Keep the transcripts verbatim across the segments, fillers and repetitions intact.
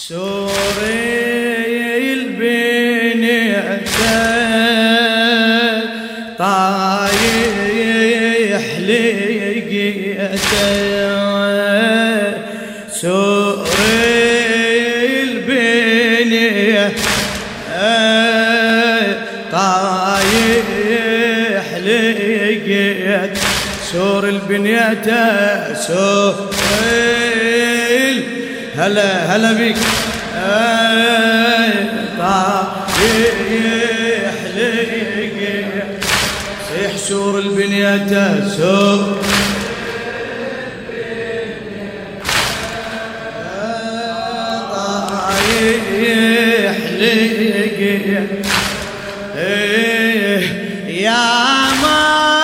سوري البنية طايح لقيته سوري البنية طايح لقيت سور البنية سوري هلا هلا بك طايح لقيت صيح سور البنية سور طايح لقيت يا ما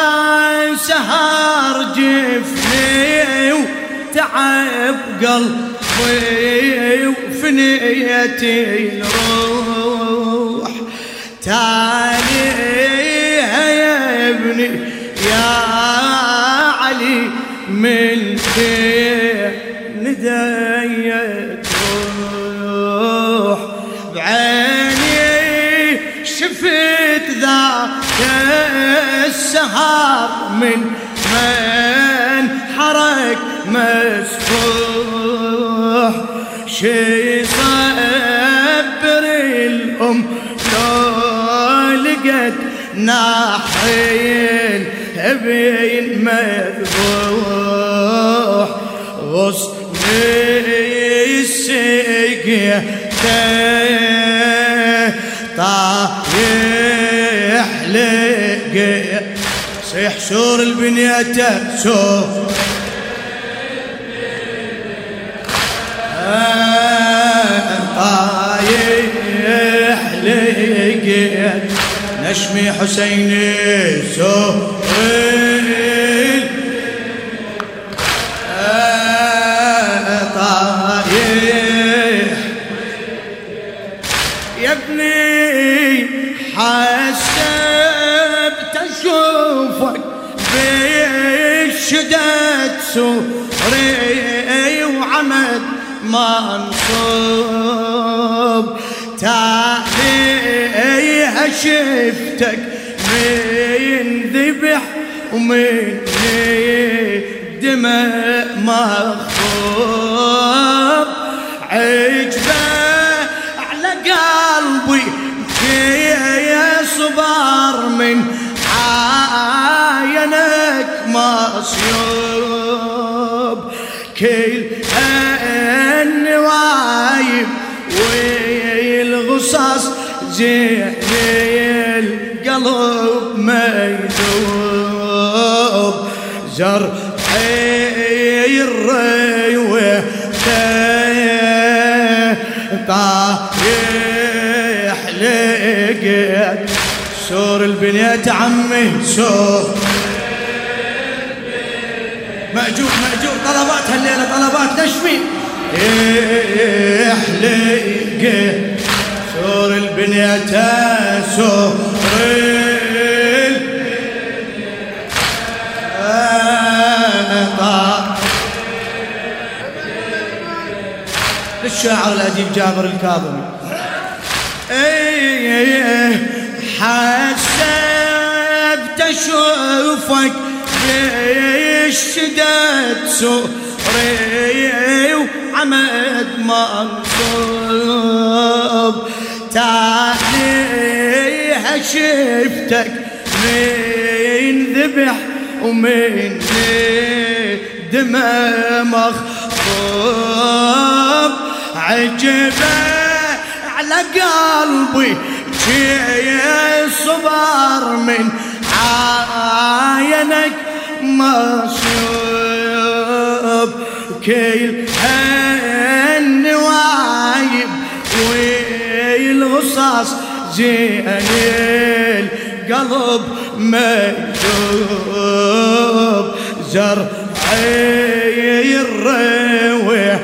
سهر جفني وتعب قلبي وفنيتي الروح تاليها يا ابني يا علي من نديت روح بعيني شفت ذاك السهر من من حرك مسفوح شي صبر الأم لو لقت ناحين بين مذبوح غصني السقيا طايح لقيا صيح سور البنية سور طايح لقيت نشمي حسيني سهيل طايح يا ابني حسبت اشوفك بالشدد سوري وعمد منصوب تاليها شفتك من ذبح ومن دماء مخطوب عجبه على قلبي يا صبر من عاينك مصيوب كل النوايب والغصص زين القلب ما يذوب زرعي الريوة طايح لقيت سور البنية عمي سور مأجور مأجور طلبات هالليلة طلبات نشمي يحلق سور البنية سور للشاعر الأديب جابر الكاظمي حسبت أشوفك بالشدد سوري وعمد منصوب تاليها شفتك من ذبح ومن دماء مخطوب عجبه على قلبي شي صبر من عاينك مصيوب كل هالنوايب والغصص زين القلب مكتوب زرعي الروح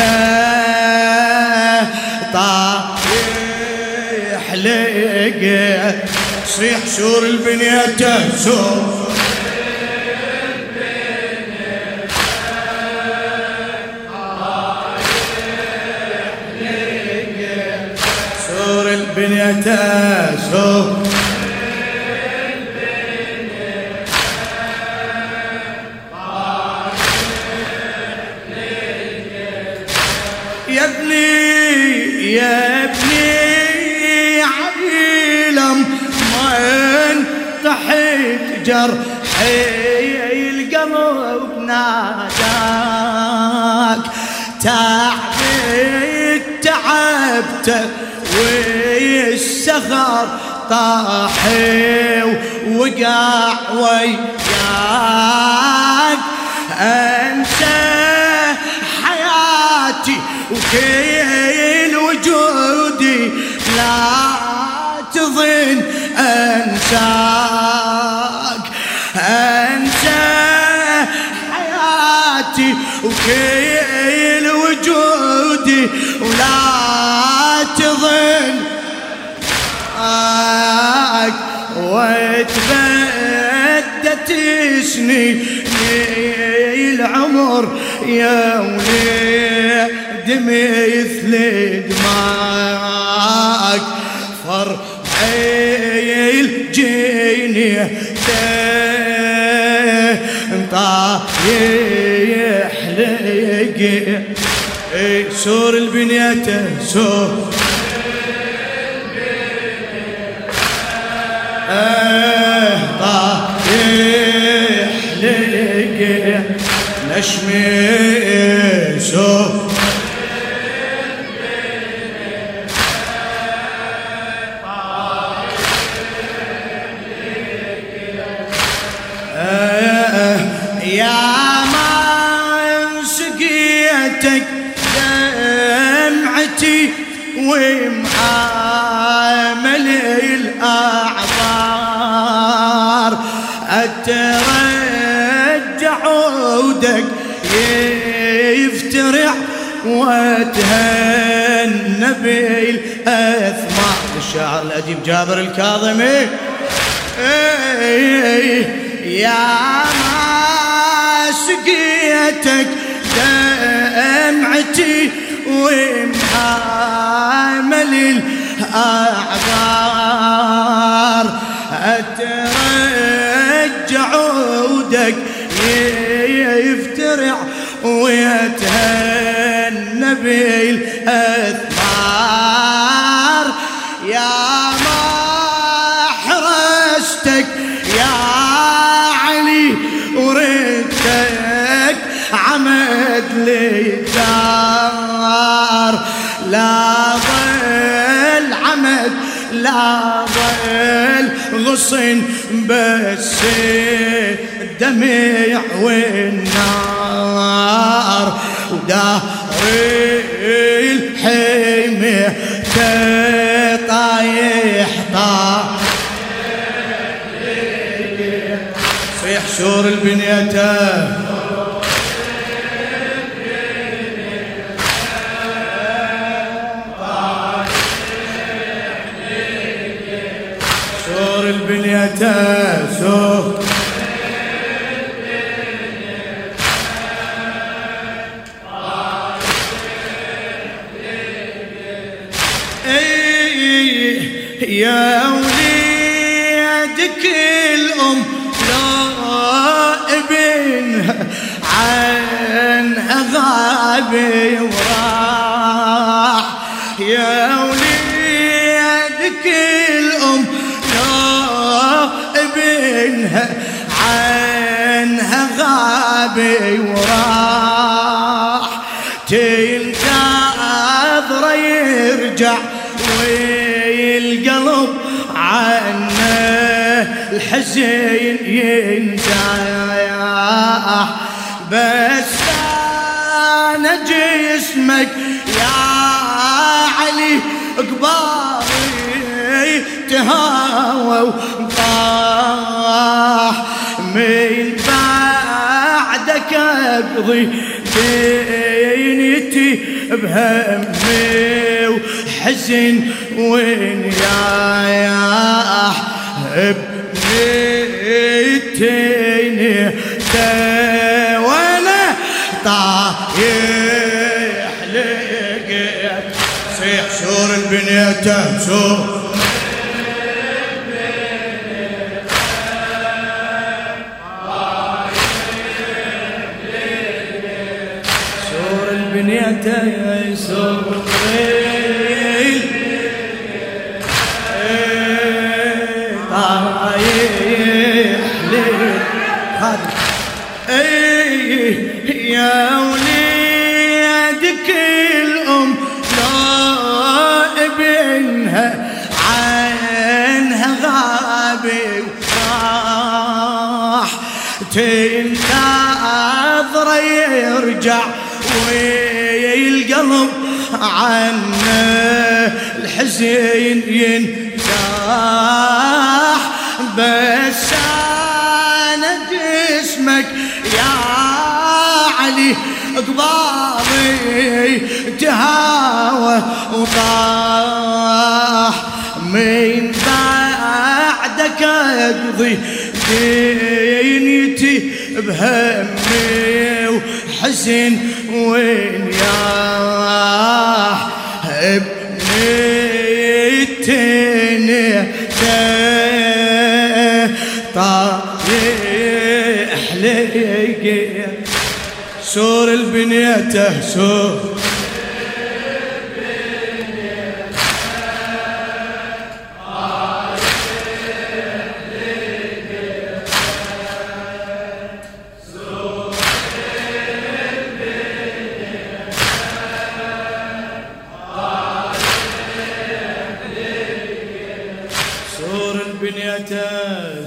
طايح لقيت صيح سور البنية سور Yeah. بنيته سوق يا ابني يا ابني عيلم من تحت جرحي القلب ناداك تعبت تعبت والسهر طاحي ووقع وياك انسى حياتي وكل وجودي لا تظن انساك انسى حياتي وكل وجودي ولا تظن وتبدت سنين العمر يا وليد مثل دماغك فرحي الجيني طايح لقي سور البنيته سور طايح لقي نشمي سور يا ما سقيتك دمعتي ومعامل الأعذار أترجع عودك يفترع وتهنى بالأثمار. الشاعر الأديب جابر الكاظمي يا ما سقيتك دمعتي ومحامل الأعذار أترجع عودك يفترع ويتهنى بالأثمار. يا ما حرستك يا علي وردتك عمد للدار لا ظل عمد لا ظل غصن بس الدمع والنار ودهر الحمى طايح طاح صيح سور البنيته سور البنيته سور يا وليدك الأم لا ابنها عنها غابي وراح. يا وليدك الأم لا ابنها عنها غابي وراح. تنتظر يرجع والقلب عنه الحزين ينزاح. بس انا جسمك يا علي قباري تهاوى وطاح. من بعدك اقضي دينتي بهمي وحزن ونياح. ابنتيني وانا طايح لقيت صيح سور البنيته سور البنيته سور طايح لي خادم ايه يا وليدك الام لا ابنها عنها غابي وراح تنتظر يرجع والقلب عنه الحزين ينزاح بس انا جسمك يا علي قبالي تهاوى وطاح من بعدك اقضي دنيتي بهمي وحزن وين ياح ابني التنية طايح لي سور البنيته سور سور البنيته